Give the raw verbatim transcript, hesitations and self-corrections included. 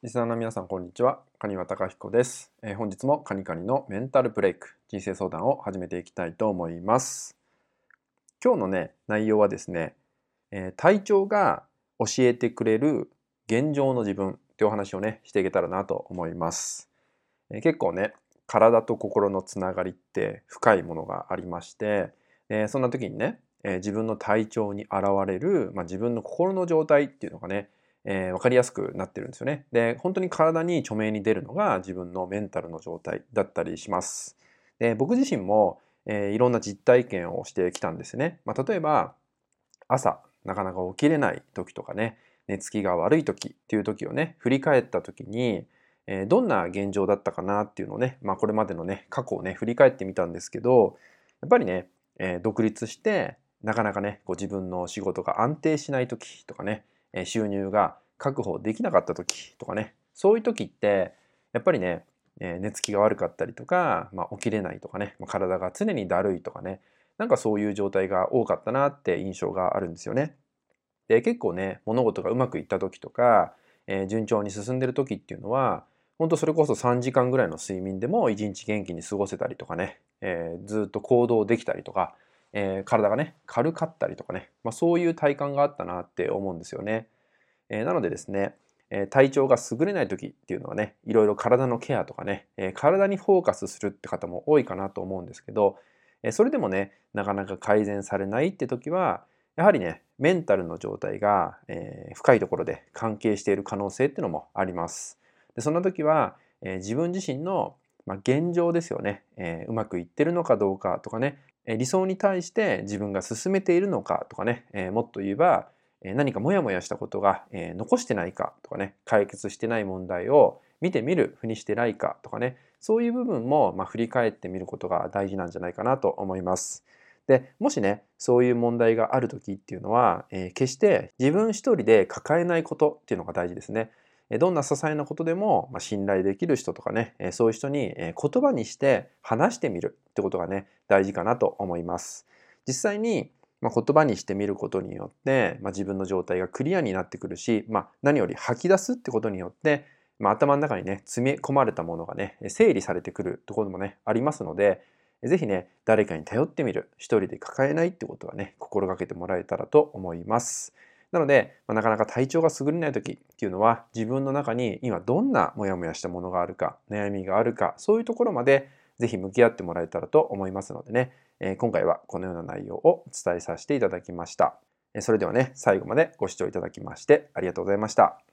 リスナーの皆さん、こんにちは。蟹場貴彦です、えー本日もカニカニのメンタルブレイク、人生相談を始めていきたいと思います。今日のね、内容はですね、えー体調が教えてくれる現状の自分っていうお話をね、していけたらなと思います。えー結構ね、体と心のつながりって深いものがありまして、えーそんな時にね、えー自分の体調に現れる、まあ、自分の心の状態っていうのがね、えー、分かりやすくなってるんですよね。で、本当に体に著名に出るのが自分のメンタルの状態だったりします。で、僕自身も、えーいろんな実体験をしてきたんですね。まあ、例えば、朝、なかなか起きれない時とかね、寝つきが悪い時っていう時をね、振り返った時に、えーどんな現状だったかなっていうのをね、まあこれまでのね、過去をね、振り返ってみたんですけど、やっぱりね、えー独立して、なかなかね、こう自分の仕事が安定しない時とかね、えー収入が確保できなかった時とかね、そういう時って、やっぱりね、えー寝つきが悪かったりとか、まあ、起きれないとかね、まあ体が常にだるいとかね、なんかそういう状態が多かったなって印象があるんですよね。で、結構ね、物事がうまくいった時とか、えー順調に進んでる時っていうのは、本当それこそさんじかんぐらいの睡眠でもいちにち元気に過ごせたりとかね、えーずっと行動できたりとか、えー体がね、軽かったりとかね、まあ、そういう体感があったなって思うんですよね。えーなのでですね、えー体調が優れない時っていうのはね、いろいろ体のケアとかね、えー体にフォーカスするって方も多いかなと思うんですけど、えーそれでもね、なかなか改善されないって時は、やはりね、メンタルの状態が、えー深いところで関係している可能性っていうのもあります。で、そんな時は、えー自分自身の、まあ、現状ですよね、えーうまくいってるのかどうかとかね、えー理想に対して自分が進めているのかとかね、えーもっと言えば、え何かモヤモヤしたことが、え残してないかとかね、解決してない問題を見てみるふうにしてないかとかね、そういう部分も、まあ、振り返ってみることが大事なんじゃないかなと思います。で、もしね、そういう問題がある時っていうのは、えー決して自分一人で抱えないことっていうのが大事ですね。えーどんな些細なことでも、まあ、信頼できる人とかね、えーそういう人に、えー言葉にして話してみるってことがね、大事かなと思います。実際に、まあ、言葉にしてみることによって、まあ、自分の状態がクリアになってくるし、まあ、何より吐き出すってことによって、まあ、頭の中にね、詰め込まれたものがね、整理されてくるところもね、ありますので、ぜひね、誰かに頼ってみる、一人で抱えないってことはね、心がけてもらえたらと思います。なので、まあ、なかなか体調が優れない時っていうのは、自分の中に今どんなモヤモヤしたものがあるか、悩みがあるか、そういうところまでぜひ向き合ってもらえたらと思いますのでね、えー今回はこのような内容をお伝えさせていただきました。えーそれではね、最後までご視聴いただきましてありがとうございました。